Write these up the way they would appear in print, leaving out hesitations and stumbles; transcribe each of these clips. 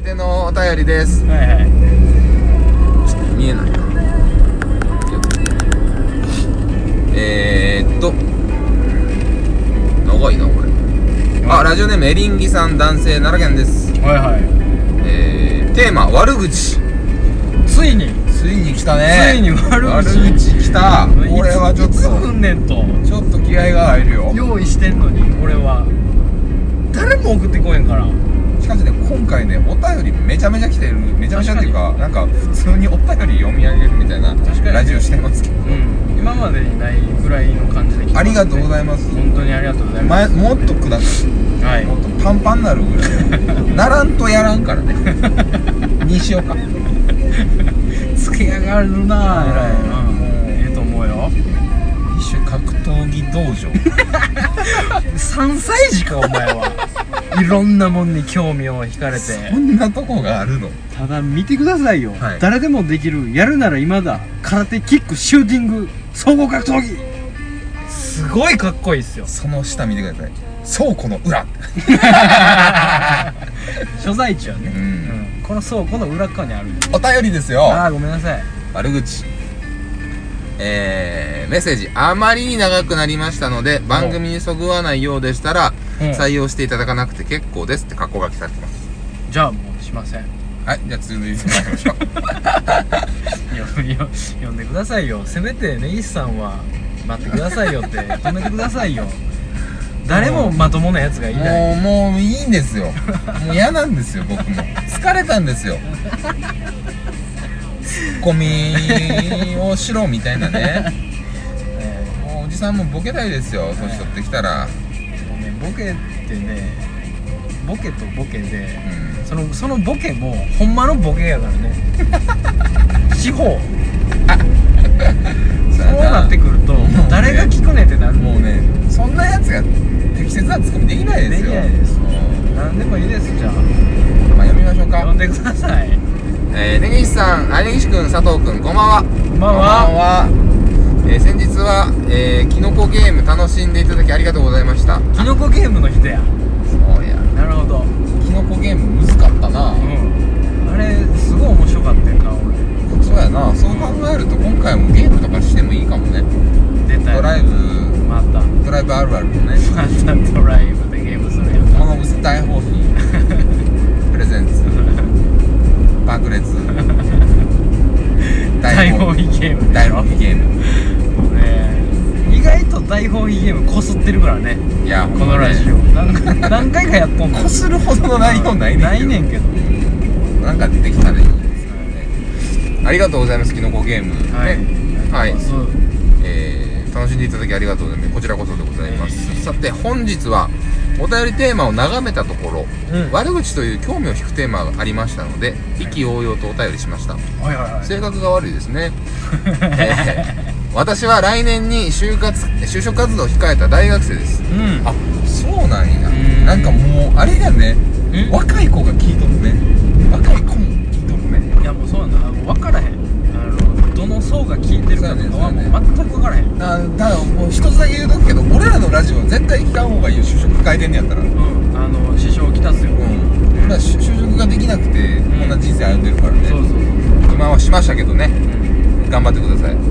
てのお便りです。 はいはい。 ちょっと見えないな。長いなこれ。あ、ラジオネームエリンギさん、男性、奈良県です。 はいはい。 テーマ悪口。 ついに来たね。 ついに悪口来た。これはちょっいつ来んねんとちょっと気合が入るよ。 用意してんのに、俺は誰も送ってこへんから。 しかしね、今回ね、お便りめちゃめちゃ来てる。めちゃめちゃっていうか、なんか普通にお便り読み上げるみたいなラジオしてますけど、 今までにないぐらいの感じで来てますね。 ありがとうございます。 本当にありがとうございます。 もっとください。 はい。 もっとパンパンになるぐらいならんとやらんからねにしようか。 つけやがるなぁ。偉いな。ええと思うよ。 一種格闘技道場 3歳児かお前は。いろんなもんに興味を惹かれて。 そんなとこがあるの。 ただ見てくださいよ、 はい、 誰でもできる、やるなら今だ、空手、キック、シューティング、総合格闘技。すごいかっこいいっすよ。 その下見てください。倉庫の裏所在地はね、この倉庫の裏側にある。 お便りですよ。 ああ、ごめんなさい。 悪口。メッセージ。あまりに長くなりましたので、番組にそぐわないようでしたら、採用していただかなくて結構ですって格好書きされてます。 じゃあもうしません。 はい、じゃあ続いてまいりましょう呼んでくださいよ。せめて根岸さんは待ってくださいよって止めてくださいよ。誰もまともなやつがいない。 もういいんですよ。もう嫌なんですよ。僕も疲れたんですよ。ツッコミをしろみたいなね。もうおじさんもボケたいですよ。年取ってきたら。 もうね、ボケってね、ボケとボケで、そのボケもほんまのボケやからね。地方そうなってくると、誰が聞くねってなる。 もうね、そんなやつが適切なツッコミできないですよ。 できないです。何でもいいです。じゃあまあ読みましょうか。 読んでください。 根岸さん、根岸くん、佐藤くん、こんばんは。 こんばんは。 先日は、キノコゲーム楽しんでいただきありがとうございました。 キノコゲームの人や。 そうや。 なるほど。 キノコゲーム難かったな。 あれすごい面白かったよな、俺。 そうやな。そう考えると今回もゲームとかしてもいいかもね。 出たよ。 ドライブ、 またドライブあるあるもね。 またドライブでゲームするやつ。 物薄大放棄プレゼンツ爆裂大放棄ゲーム。 大放棄ゲーム意外と大放棄ゲームこすってるからね。 いや、 このラジオ何回かやっとんの。 こするほどの内容ないねんけど、なんかできたらいいですよね。ありがとうございます。キノコゲーム、はい、楽しんでいただきありがとうございます。こちらこそでございます。さて本日はお便りテーマを眺めたところ、悪口という興味を引くテーマがありましたので、意気揚々とお便りしました。性格が悪いですね。私は来年に就職活動を控えた大学生です。あ、そうなんや。なんかもうあれやね、若い子が聞いとるね。若い子も聞いとるね。 いやもうそうなんだ。分からへん。どの層が聞いてるかとかはもう全く分からへん。 だからもう一つだけ言うとくけど、俺らのラジオ絶対聞かん方がいいよ。就職控えてんねやったら。 支障をきたすよ。 だから就職ができなくてこんな人生歩んでるからね。今はしましたけどね、頑張ってください。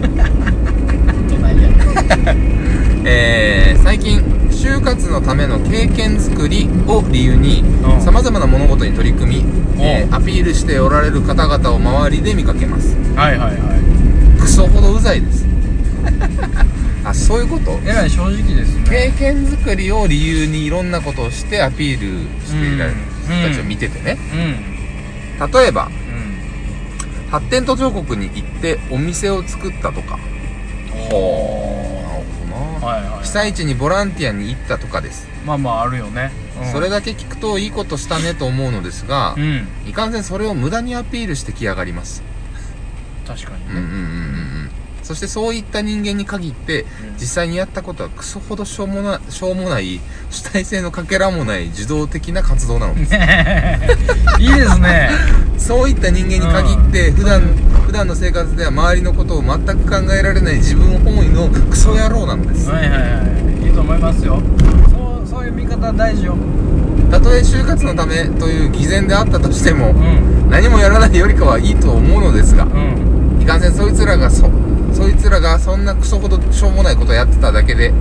最近就活のための経験作りを理由にさまざまな物事に取り組み、アピールしておられる方々を周りで見かけます。クソほどうざいです。あ、そういうこと。 えらい正直ですね。 経験作りを理由にいろんなことをしてアピールしていられる人たちを見ててね、例えば、発展途上国に行ってお店を作ったとか、被災地にボランティアに行ったとかです。 まああるよね。 それだけ聞くといいことしたねと思うのですが、いかんせんそれを無駄にアピールしてきやがります。 確かにね。 そしてそういった人間に限って、実際にやったことはクソほどしょうもない主体性のかけらもない受動的な活動なのです。 いいですね。 そういった人間に限って、普段の生活では周りのことを全く考えられない自分本位のクソ野郎なのです。 いいと思いますよ。そういう見方大事よ。 たとえ就活のためという偽善であったとしても、 うん、 何もやらないよりかはいいと思うのですが、 うん、 いかんせんそいつらがそんなクソほどしょうもないことをやってただけで、 うん、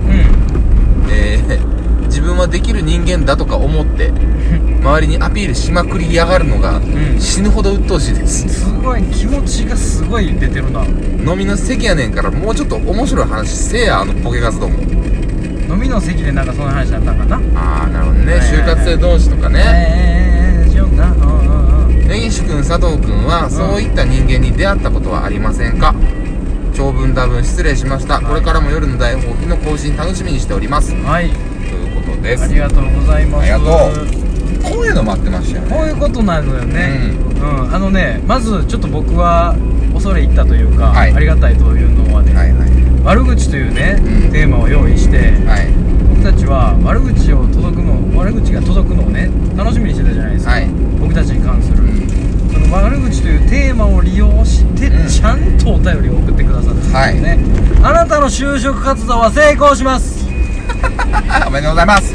自分はできる人間だとか思って周りにアピールしまくりやがるのが、死ぬほど鬱陶しいです。 すごい気持ちがすごい出てるな。 飲みの席やねんから、もうちょっと面白い話せや、ポケ活動も。 飲みの席でなんかその話だったんかな。 ああ、なるほどね。就活生同士とかね。根岸君、佐藤君はそういった人間に出会ったことはありませんか？長文多文失礼しました。これからも夜の大放棄の更新楽しみにしております。 はい、 ということです。 ありがとうございます。 ありがとう。こういうの待ってましたよね。 こういうことなのよね。まずちょっと僕は恐れ入ったというか、 はい、 ありがたいというのはね、はいはい、悪口というね、テーマを用意して、はい、僕たちは悪口が届くのをね楽しみにしてたじゃないですか、はい、僕たちに関する、その悪口というテーマを利用して、ちゃんとお便りを送ってくださってですね、はい、あなたの就職活動は成功しますおめでとうございます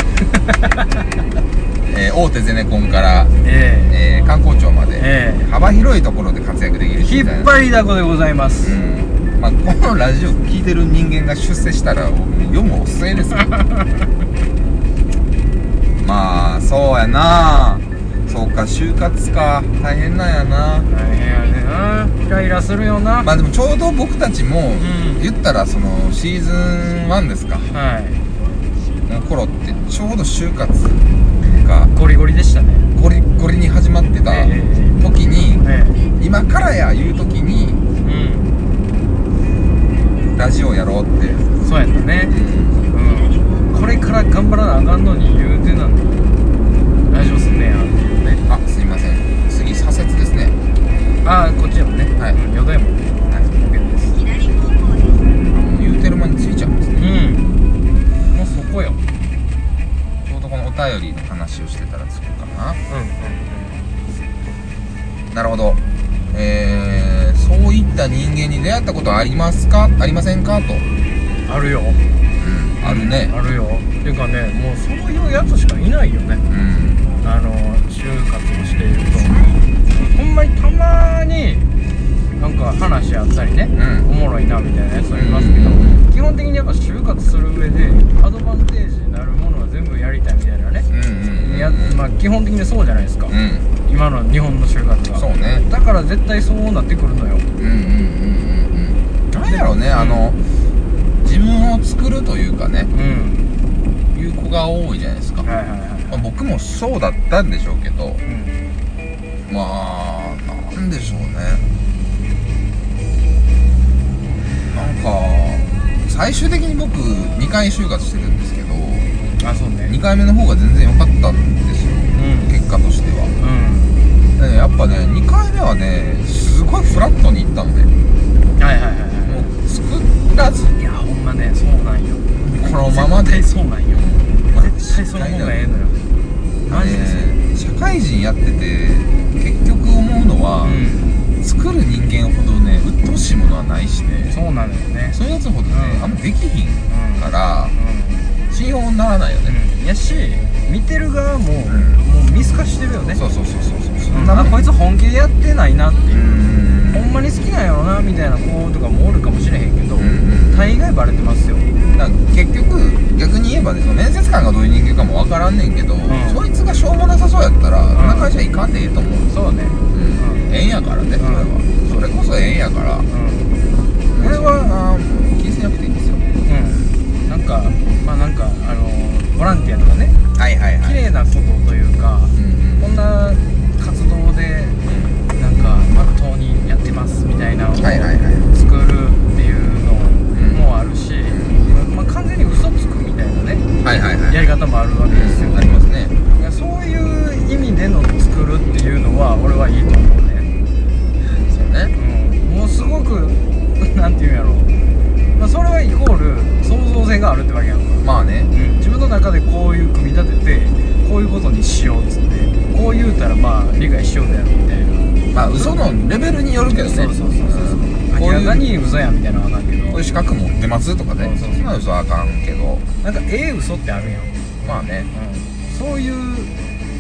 大手ゼネコンから、観光庁まで、幅広いところで活躍できる引っ張りだこでございます、 まあ、このラジオ聞いてる人間が出世したら世も末ですよまあそうやな。そうか、就活か、大変なんやな。 大変やねな、イライラするよな。 まあでもちょうど僕たちも、言ったらそのシーズン1ですか、はい、の頃ってちょうど就活がゴリゴリでしたね。 ゴリゴリに始まってた時に、今からや言う時に、ラジオやろうって。 そうやったね、これから頑張らなあかんのに言うてなのにラジオすんねやっていうね。 あ、すいません、次左折ですね。 ああ、こっちでもね、はい、淀屋もね、はい、OK です。 言うてる間に着いちゃうんですね。 もうそこよ。 ちょうどこのお便りの話をしてたら着くかな。なるほど。そういった人間に出会ったことはありますか？ありませんか？と。 あるよ。 あるね。 あるよ。っていうかね、もうそういうやつしかいないよね。就活をしていると、ほんまにたまになんか話あったりね、おもろいなみたいなやつはいますけど、基本的にやっぱ就活する上でアドバンテージになるものは全部やりたいみたいなね、まあ基本的にそうじゃないですか、今の日本の就活は。 そうね。 だから絶対そうなってくるのよ。 なんやろうね、自分を作るというかね、いう子が多いじゃないですか。僕もそうだったんでしょうけど、まあなんでしょうね、なんか最終的に僕2回就活してるんですけど、 そうね、 2回目の方が全然良かったんですよ、結果としては。でやっぱね、2回目はねすごいフラットにいったのね。もう作らず、 いやほんまね、そうなんよ。 このままでそうなんよ。絶対その方がええのよ。マジで社会人やってて結局思うのは、作る人間ほどね鬱陶しいものはないしね。 そうなのよね。 そういうやつほどね、あんまできひんから、信用にならないよね。 やし、見てる側も、もう見透かしてるよね。 そうこいつ本気でやってないなっていう、ほんまに好きなんやろなみたいな子とかもおるかもしれへんけど、大概バレてますよ。 だから結局逆に言えばね、その面接官がどういう人間かもわからんねんけど、そいつがしょうもなさそうやったら、そんな会社行かんでええと思う。 そうね、 ええんやからね、それこそええんやから、これは気にせなくていいんですよ。 なんかボランティアとかね、綺麗なことというか、こんな活動でなんかまっとうにやってますみたいなのを作るっていうのもあるし、完全に嘘つくみたいなね、やり方もあるわけですよ。 ありますね。 そういう意味での作るっていうのは俺はいいと思うね。 そうね。 もうすごくなんていうんやろう、それはイコール創造性があるってわけやんか。 まあね、 自分の中でこういう組み立ててこういうことにしようっつって、こう言うたらまあ理解しようだよみたいな。 まあ嘘のレベルによるけどね。 明らかに嘘やみたいなのはあかんけど、 こういう資格持ってますとかね、そんな嘘はあかんけど、 なんか嘘ってあるやん。 まあね、 そういう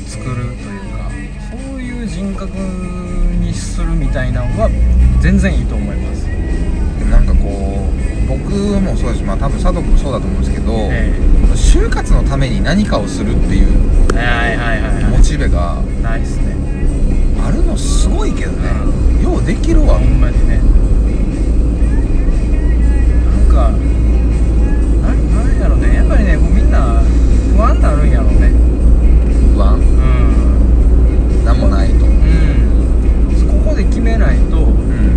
作るというか、そういう人格にするみたいなのは全然いいと思います。 なんかこう僕もそうですし、まあ多分佐藤君もそうだと思うんですけど、就活のために何かをするっていうモチベがないっすね。 あるのすごいけどね、ようできるわ。 ほんまにね。なんかなんやろね、やっぱりね、こうみんな不安になるんやろね。 不安、なんもないと、ここで決めないと、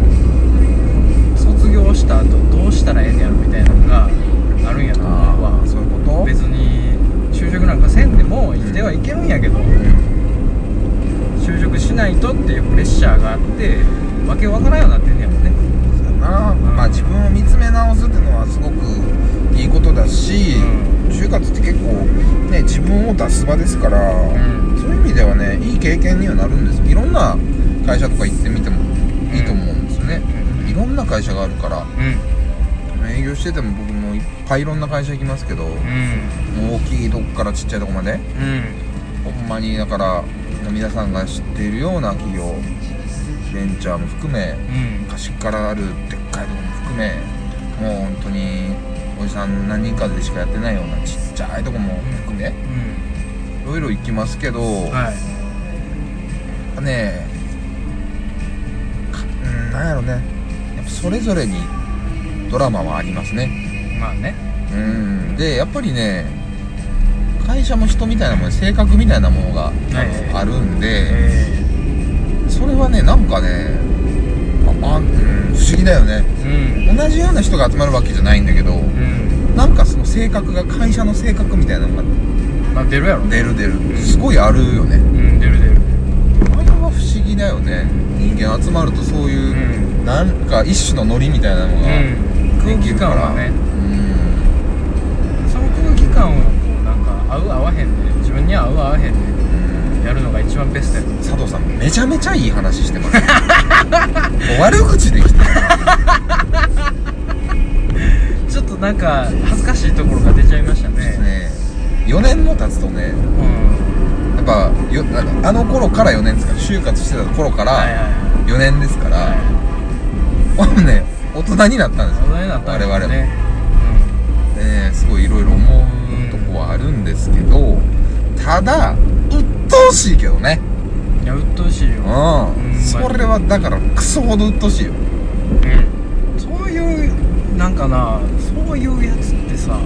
卒業した後どうしたらええんやろみたいなのがあるんやと思うわ。 そういうこと。 別に就職なんかせんでも生きてはいけるんやけど、就職しないとっていうプレッシャーがあってわけわからんようになってんねやろね。 そうやな、まあ自分を見つめ直すっていうのはすごくいいことだし、就活って結構ね自分を出す場ですから、そういう意味ではねいい経験にはなるんですよ。いろんな会社とか行ってみてもいいと思うんですよね、いろんな会社があるから、営業してても僕もいっぱいいろんな会社行きますけど、もう大きいとこからちっちゃいとこまで、ほんまにだから皆さんが知っているような企業、ベンチャーも含め、昔からあるでっかいとこも含め、もう本当におじさん何人かでしかやってないようなちっちゃいとこも含め、いろいろ行きますけど、ねなんやろね、やっぱそれぞれにドラマはありますね。 まあね。 でやっぱりね会社も人みたいなもんで性格みたいなものがあるんで、それはねなんかね不思議だよね、同じような人が集まるわけじゃないんだけど、なんかその性格が会社の性格みたいなのが出るやろね。 出るすごいあるよね。 出るあれは不思議だよね。人間集まるとそういう、なんか一種のノリみたいなのができるから、 空気感はね、その空気感をこうなんか合う合わへんで、自分に合う合わへんでやるのが一番ベストやと。 佐藤さんめちゃめちゃいい話してます悪口できたちょっとなんか恥ずかしいところが出ちゃいましたね。 4年も経つとね、やっぱあの頃から4年ですから、就活してた頃から4年ですから、もうね大人になったんですよ、我々もね。すごいいろいろ思うとこはあるんですけど、ただ鬱陶しいけどね。 いや鬱陶しいよ。 それはだからクソほど鬱陶しいよ。 そういうなんかな、そういうやつってさ、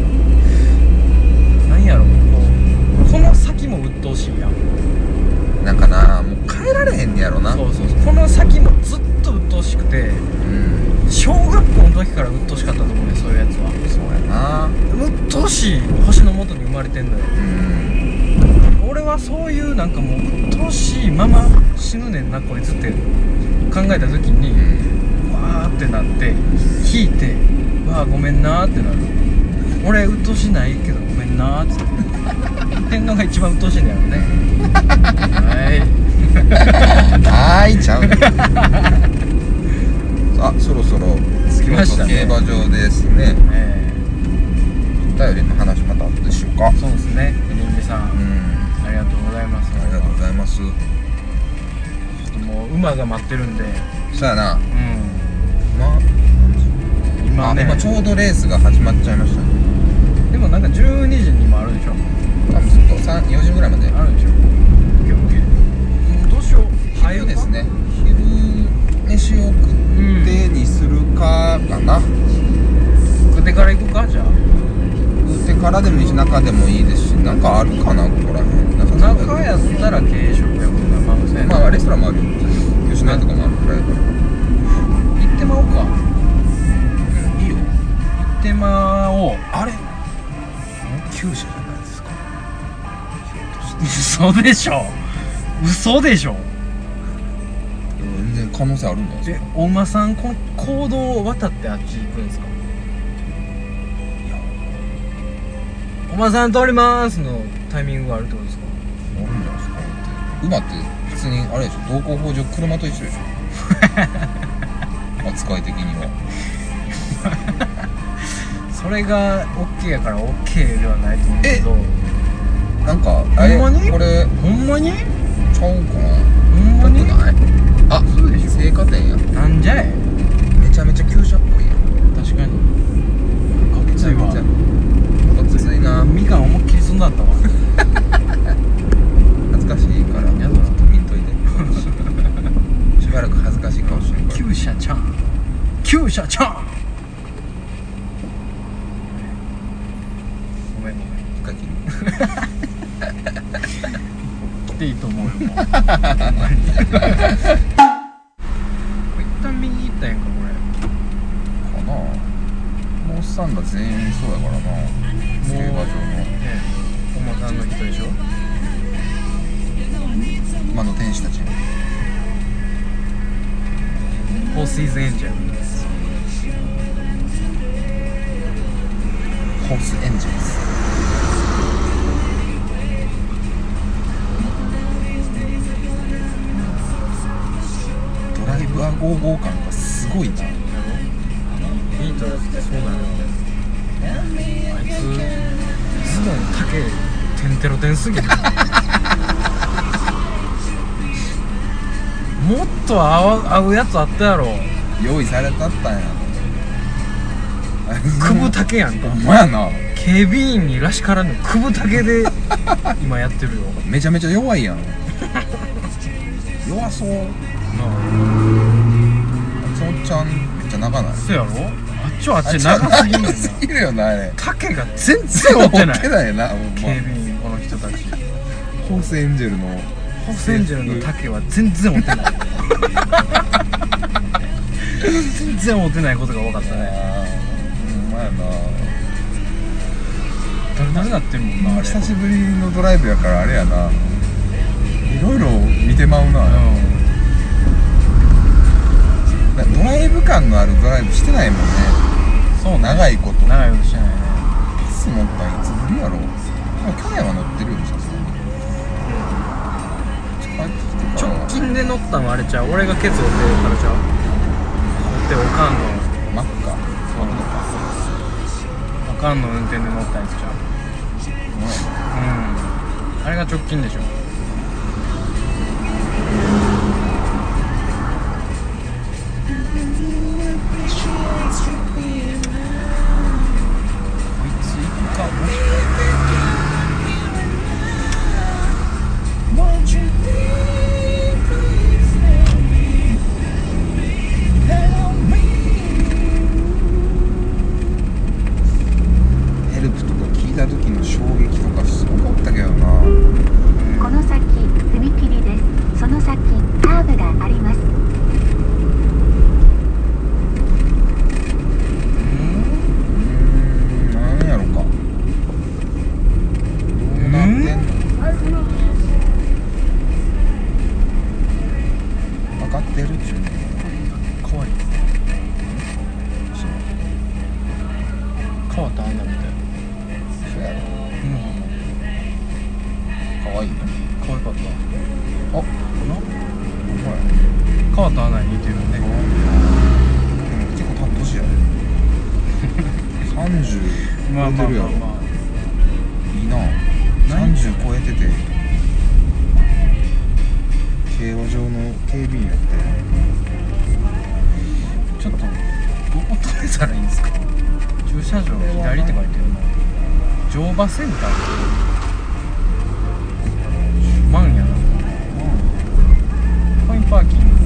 なんやろ、この先も鬱陶しいやん。 なんかな、もう変えられへんねやろな。 そうこの先もずっと鬱陶しくて、小学校の時から鬱陶しかったと思うね、そういうやつは。 そうやな、 鬱陶しい星の元に生まれてんのよ。俺はそういうなんかもう鬱陶しいまま死ぬねんなこいつって考えた時に、わーってなって引いて、わーごめんなーってなる。俺鬱陶しないけどごめんなーって言ってんのが一番鬱陶しいんだよねはいちゃうあ、そろそろ着きましたね。 競馬場ですね。お便りの話また後でしようか。 そうですね、エリンギさん、ありがとうございます。 ありがとうございます。ちょっともう馬が待ってるんで。 そうやな、 今ね、 今ちょうどレースが始まっちゃいましたね。 でもなんか12時にもあるでしょ。 多分ずっと4時ぐらいまであるでしょ。どうしよう、 昼ですね。昼飯を食ってにするかな、 食ってから行くか。じゃあ食ってからでもいいし中でもいいですし、なんかあるかなここら辺。 中やったら軽食やもんな。 まあレストランもあるよ、吉野家とかもあるくらいだから。 行ってまおうか。 いいよ、 行ってまおう。 あれ厩舎じゃないですか。 嘘でしょ、嘘でしょ。 全然可能性あるんじゃないですか。 お馬さんこの公道を渡ってあっち行くんですか。お馬さん通りますのタイミングがあるってことですか。 あるんじゃないですか。馬って普通にあれでしょ、道交法上車と一緒でしょ扱い的にはそれが OK やから OK ではないと思うけど、 なんかほんまにこれほんまにちゃうかな。 ほんまによくない？あ、 そうでしょ。 青果店や。 なんじゃい。 めちゃめちゃ旧車っぽいやん。 確かにごっついわ。 ごっついな。 みかん思いっきり済んだったわ。 恥ずかしいからちょっと見んといて。しばらく恥ずかしい顔してるから。 旧車ちゃん旧車ちゃん。ごめんごめん。 一回切る。 来ていいと思うよ。もう一旦見に行ったやんかこれ。 かな。もうおっさんが全員そうやからな。競馬場のお馬さんの人でしょ。 馬の天使たち。 フォーシーズエンジェル。 ホースエンジェルス。ドライブアゴーゴー感がすごいな。 ビートルズってそうなるよね。あいつズボン丈テンテロテンすぎる。もっと合うやつあったやろ。 用意されたったんや。 くぶ丈やんか。 ほんまやな。 警備員にらしからぬくぶ丈で今やってるよ。 めちゃめちゃ弱いやん。弱そう。なあ。そっちゃんめっちゃ長ない。 そうやろ。あっちはあっち長すぎるんだ。 長すぎるよなあれ。 丈が全然合ってない。 合ってないなほんま。 警備員この人たち。 ホースエンジェルのホースエンジェルの丈は全然合ってない。全然合ってないことが分かったね。 ほんまやな。 誰なってるもんなあれ。 久しぶりのドライブやからあれやな。いろいろ見てまうな。ドライブ感のあるドライブしてないもんね。 そうね。 長いこと長いことしてないね。 パス乗ったんいつぶりやろ。でも去年は乗ってるよさすがに。 直近で乗ったのあれちゃう。俺がケツ折ってるからちゃう。折っておかんのマッカ。 おかんの運転で乗ったやつちゃう。あれが直近でしょ。 ヘルプとか聞いた時の衝撃とかすごかったけどな。 この先踏切です。その先カーブがあります。 なんやろか。どうなってんの？分かってるっちゅうね。 かわいい。変わったあんなみたい。 そうやろ。かわいいの。 可愛かった。 あ、 な変わった穴に似てるね。 結構たっとしやで。30超えてるやろ。いいな。30超えてて競馬場の警備員やって。 ちょっとどこ止めたらいいんですか。駐車場左って書いてるな。乗馬センターマンやな。コインパーキング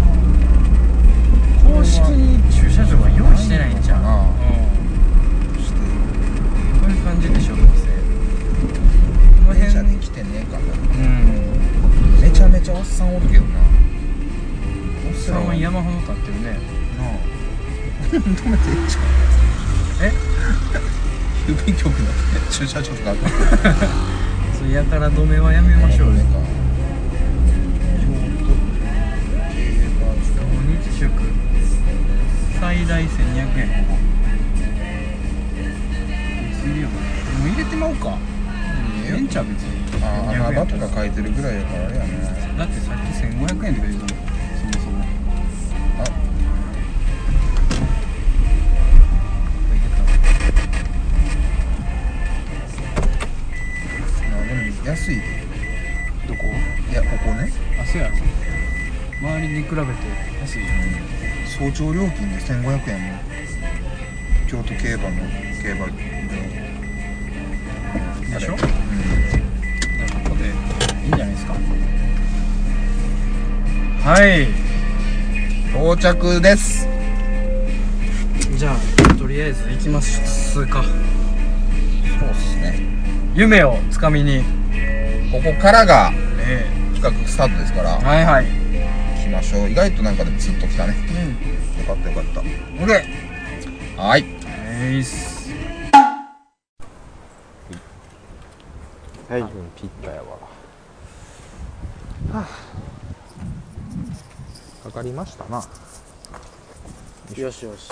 公式に駐車場は用意してないんじゃん。 してる。 こういう感じでしょどうせ。この電車辺で来てねえかな。 めちゃめちゃおっさんおるけどな。 おっさんは山ほど立ってるね。 なあ止めていいじゃん。 え郵便局の駐車場とかある。 それやたら止めはやめましょうよ。 京都日食最大1200円。ここ別にいるよ。もう入れてまおうか。ええんちゃう別に。 穴場とか書いてるぐらいやからあれやね。 だってさっき1500円って書いてたもん。そもそもあ、 入れた。 でもそうや周りに比べて安いよ。 早朝料金で1500円も京都競馬の競馬場でしょ。だからここでいいんじゃないですか。はい、 到着です。 じゃあとりあえず行きますか。 そうっすね。 夢をつかみにここからが企画スタートですから、 はいはい、 行きましょう。意外となんかでツッときたね。よかったよかった。 オッケー。 はい。 いっす。 はい。ピッタやわ。はあ、かかりましたな。 よしよし。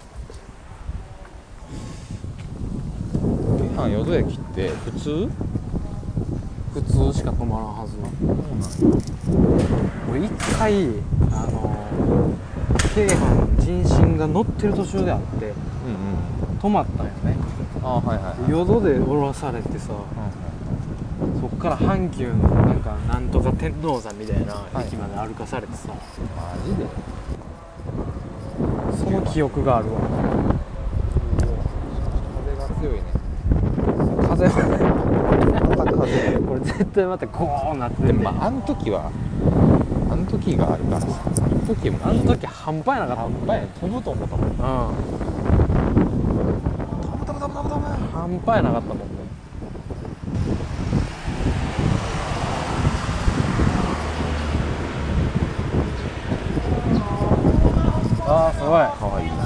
京阪淀駅って普通しか止まらんはず。俺一回京阪人身が乗ってる途中であって、止まったんよね。淀で降ろされてさ、そっから阪急のなんとか天王山みたいな駅まで歩かされてさ、 マジでその記憶があるわ。 風が強いね。 風はねこれ絶対またこうなってんね。 でもあの時があるからさ、あの時半端やなかったもんね。 飛ぶと思ったもん。 半端やなかったもんね。ああすごいかわいい。 変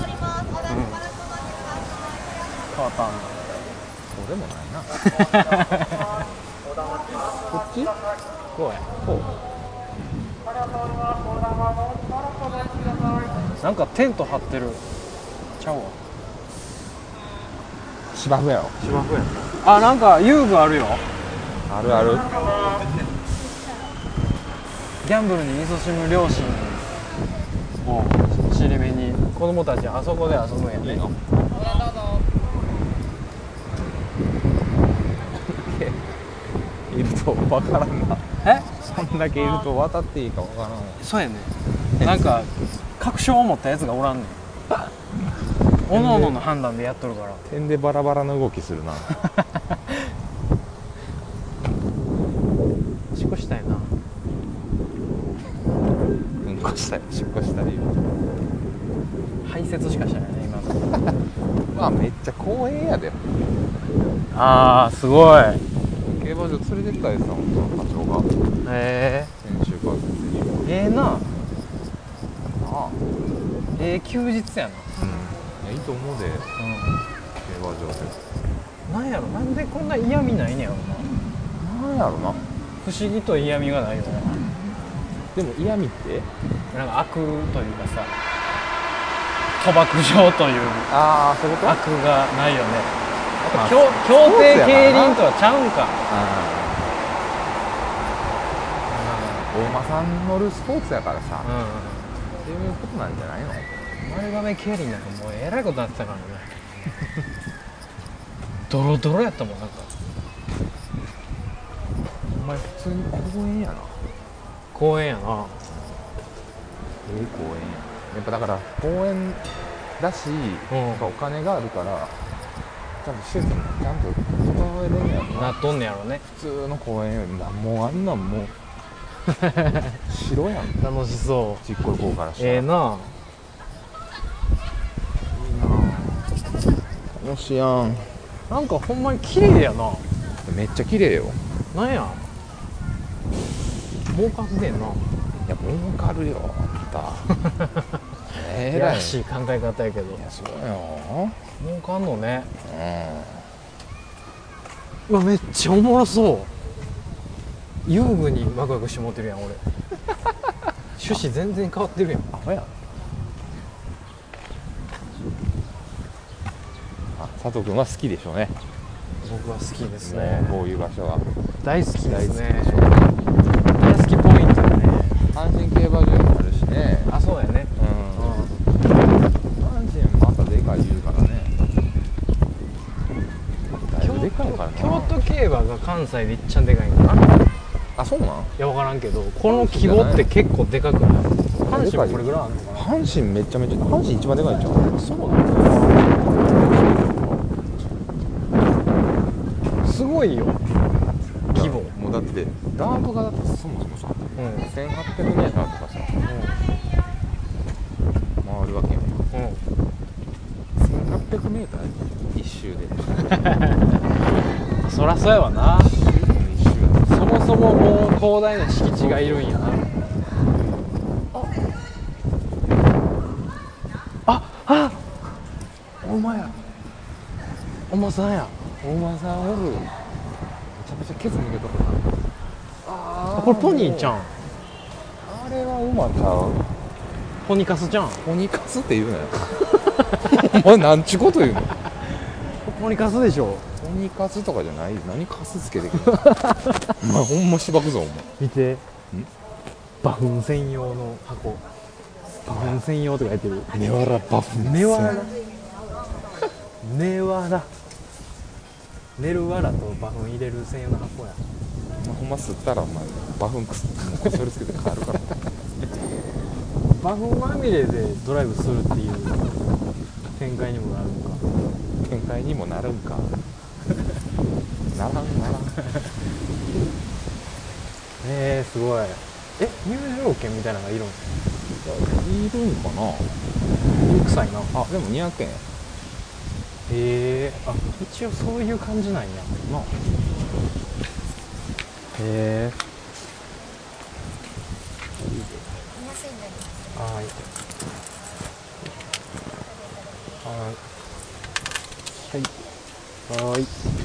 わったんだ。 そうでもないな。こっち？ こうや。 こう。 なんかテント張ってる。ちゃうわ。 芝生やろ。 芝生やな。あ、なんか遊具あるよ。 あるある。 ギャンブルに勤しむ両親を尻目に子供たちあそこで遊ぶんやね。いいの？ いるとわからんな。 え？ そんだけいると渡っていいかわからんわ。 そうやね。なんか確証を持ったやつがおらんねん。おのおのの判断でやっとるから。 点でバラバラの動きするな。 しっこしたいな。 うんこしたりしっこしたり。 排泄しかしてないね今の。 まあめっちゃ公園やで。 あーすごい。 競馬場連れてったやつだもん、その課長が。 へ先週から別に。 えな。 ああ。 休日やな。 いやいいと思うで、競馬場で。 なんやろ、なんでこんな嫌味ないねやろな。 なんやろな。 不思議と嫌味がないよね。 でも嫌味ってなんか悪というかさ、賭博場というああ、そういうこと？ 悪がないよね。 まあ競艇競輪とはちゃうんか。 大間さん乗るスポーツやからさ、そういうことなんじゃないの？ 丸亀競輪なんかもうえらいことになってたからね。ドロドロやったもんなんか。 お前普通に公園やな。 公園やな。 公園や。やっぱだから公園だし、お金があるからちゃんと施設もちゃんと整えれんやろな。 なっとんねやろね。 普通の公園よりもうあんなんもう白やん。 楽しそう。 ちっこい子からしたら。 ええな。 楽しいやん。 なんかほんまに綺麗やな。 めっちゃ綺麗よ。 なんや儲かってんな。 いや儲かるよあんた。 いやらしい考え方やけど。 いやそうよ。 儲かんのね。うわめっちゃおもろそう。遊具にワクワクして持ってるやん俺。趣旨全然変わってるやん。 アホやん。佐藤君は好きでしょうね。 僕は好きですね。 こういう場所は大好きですね。大好きポイントだね。 阪神競馬場にもあるしね。 あ、そうやね。 阪神またでかい言うからね。だいぶでかいからな。 京都競馬が関西でいっちゃんでかいんかな。 あ、 あ、そうなん？いや分からんけど、この規模って結構でかくない？阪神もこれぐらいあるのかな。 阪神めちゃめちゃ、阪神一番でかいんちゃう？ そうなんだ。すごいよ規模。 もうだってダートがだってそもそもさ、1800m とかさ、回るわけやん。1800m 一周でそらそうやわな。そもそももう広大な敷地がいるんやな。あお馬や、お馬さんや。 お馬さんおる。めちゃめちゃケツ抜けとるな。 これポニーちゃん。 あれは馬ちゃう？ ポニカスちゃん。 ポニカスって言うなよお前なんちゅうこと言うの？ ポニカスでしょ。 ポニカスとかじゃない。何カスつけてくるお前ほんましばくぞお前。 見て、馬糞専用の箱。馬糞専用とか書いてる。 ネワラ馬糞。 ネワラネワラネルワラと馬糞入れる専用の箱や。 ほんま吸ったらお前馬糞くすもうそれつけて帰るから馬糞まみれでドライブするっていう展開にもなるんか。 展開にもなるんかならんすごい。入場券みたいなのがいるん？ いるんかな。 臭いな。 あ、でも200円。 あ、一応そういう感じなんやな。はい。はい。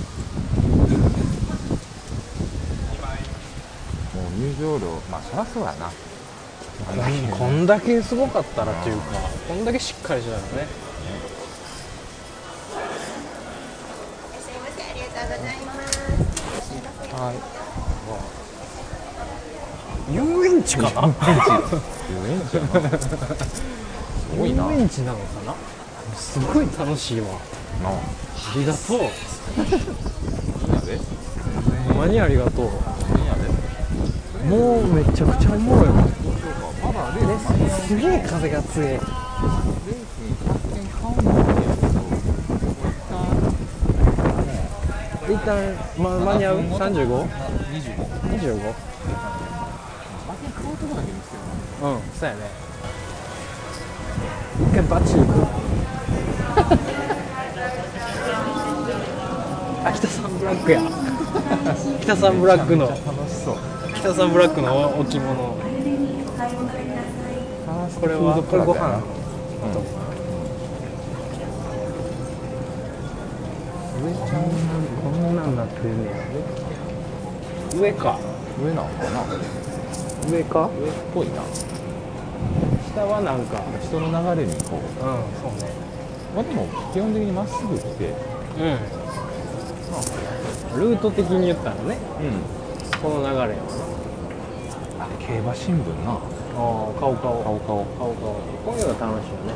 もう入場料、まあそりゃそうやな。 こんだけすごかったらっていうか、こんだけしっかりしてたらね。 はい。 遊園地かな？ 遊園地やな。すごいな。 遊園地なのかな？すごい楽しいわ。 なあ。 ありがとう。 いいやで。 ほんまにありがとう。 いいやで。 もうめちゃくちゃおもろいわ。 まだレースすげえ風が強い。 レースに100件買うんだけど、 一旦、間に合う？ 35？ 25？ 馬券買うとこだけ見つけるな。 うん、そうやね。一回バッチリ行く。あ、北サンブラックや。北サンブラックの楽しそう。 北サンブラックの置物。これはこれご飯。上ちゃんこんなんなってるねや。上か。 上なのかな。 上か。 上っぽいな。 下はなんか。 人の流れにこう。 そうね。 まあでも基本的にまっすぐ来て。 ルート的に言ったらね。この流れや。 あ、競馬新聞な。 顔。こういうのが楽しいよね。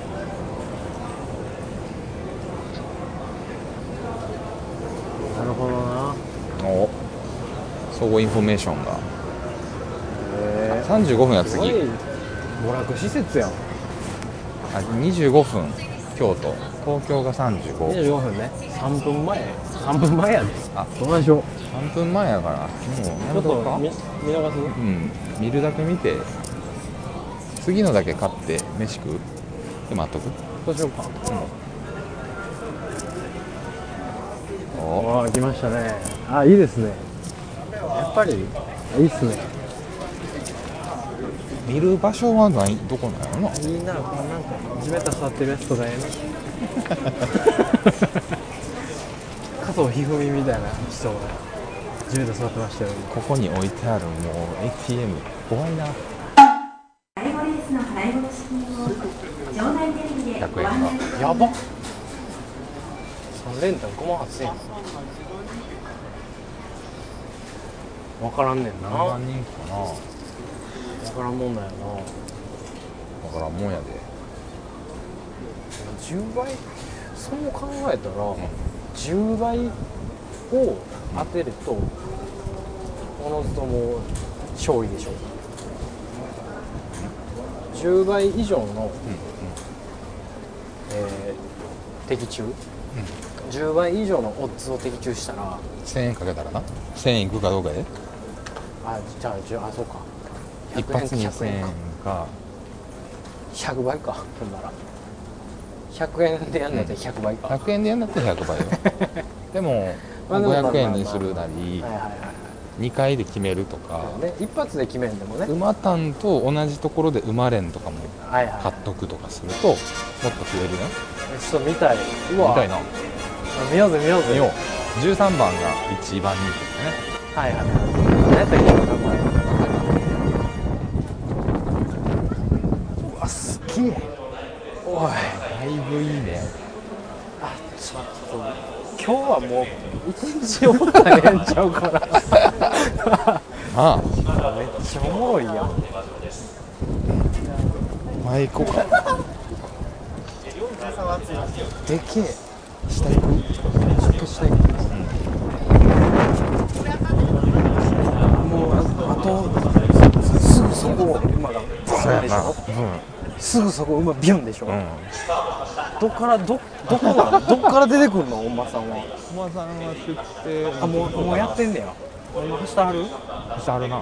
なるほどな。 お、総合インフォメーションが35分や。次娯楽施設やん。 25分京都、東京が35。 25分ね。3分前やで。 あ、 どうでしょう。 3分前やからもうやめとくか。 見逃す？ 見るだけ見て次のだけ買って飯食うで待っとく。 そうしようか。 お、 来ましたね。あ、いいですね。やっぱりいいっすね。 見る場所はない、どこなんやろな。 いいな、このなんか地べた座ってるやつとかやな。加藤一二三みたいな人が地べた座ってましたよ。 ここに置いてあるもう ATM 怖いな。100円がやばっ。3連単5万8000円。分からんねんな。 何万人かな。 分からんもんだよな。 分からんもんやで。 10倍、そう考えたら、10倍を当てると同のずとも勝利でしょう。10倍以上の、的中、10倍以上のオッズを的中したら 1000円かけたらな、1000円いくかどうかで、 じゃあそうか、 一発に1000円か 100倍か。ほんなら100円でやんなったら100倍か、 100円でやんなったら100倍よでも500円にするなり2回で決めるとか、 一発で決めんでもね、 馬単と同じところで馬連とかも買っとくとかするともっと増えるね。 ちょっと見たい。うわ見たいな。 見ようぜ見ようぜ。 見よう。13番が1番人気だね。 はいはい。何やったっけ、うわすっげえ。おいだいぶいいね。 ちょっと今日はもう一日終わったらええんちゃうかなああ、 めっちゃおもろいやん。 前行こうか。 でけえ。 下行く？ めちゃくちゃ下行く。もうあとすぐそこ馬がバーンでしょ。すぐそこ馬ビュンでしょ。どっからどこなの？どっから出てくるの？お馬さんは。 お馬さんは出廷。 もうやってんねや。今走ってはる？ 走ってはるな。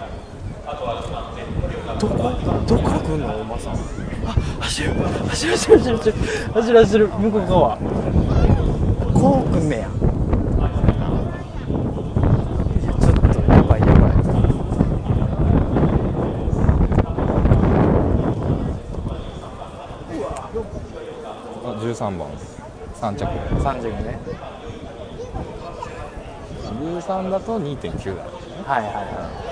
どっから来るの？お馬さん。走る向こう側。こう来んねや。ちょっとやばい。 13番3着 3着ね。 13だと 2.9 だ。 はいはい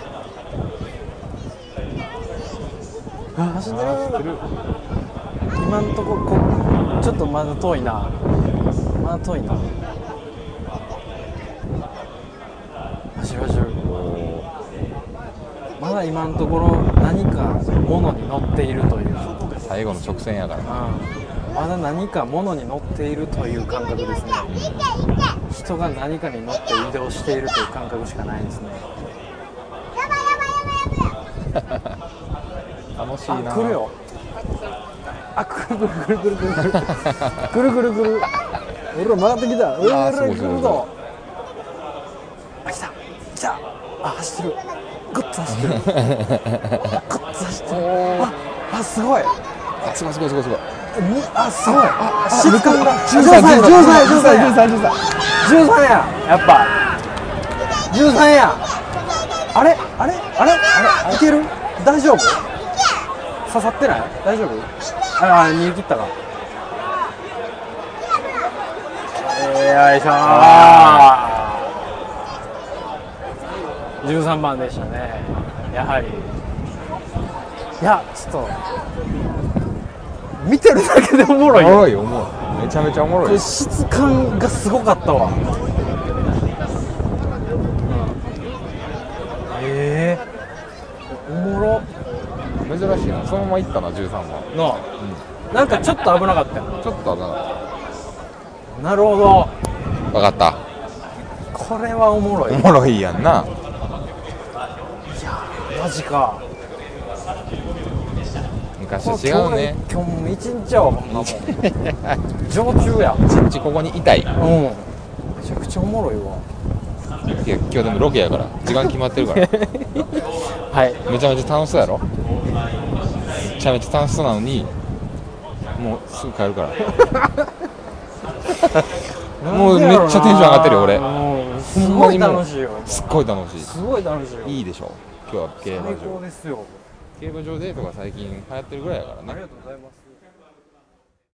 はい。走ってる。今んとこちょっとまだ遠いな。走る。まだ今のところ何か物に乗っているという。 最後の直線やからな。 まだ何か物に乗っているという感覚ですね。人が何かに乗って移動しているという感覚しかないですね。 楽しいな。 来るよ。来る。俺ら曲がってきた。俺ら来るぞ。来た。走ってる。グッと走ってる。すごい。 すごい。 すごい。 質感が13や。やっぱ13や。あれいける？大丈夫？刺さってない？大丈夫？逃げ切ったか。よいしょー。13番でしたね。やはりいやちょっと見てるだけでおもろいよ。 めちゃめちゃおもろい。 質感がすごかったわ。おもろ。 珍しいな。そのまま行ったな13番なあ、なんかちょっと危なかったよ。 ちょっと危なかっなるほど。 た。分かった。 これはおもろい。 おもろいやんな。 いやマジか。 昔と違うね。 今日も一日やわこんなもん。常駐や。 一日ここにいたい。 めちゃくちゃおもろいわ。 今日でもロケやから時間決まってるからはい。 めちゃめちゃ楽しそうやろ。めちゃめちゃ楽しそうなのにもうすぐ帰るからもうめっちゃテンション上がってるよ俺。 すごい楽しいよ。 すっごい楽しい。 すごい楽しいよ。 いいでしょ。今日は競馬最高場。 ですよ。 競馬場デートが最近流行ってるぐらいやからね。 ありがとうございます。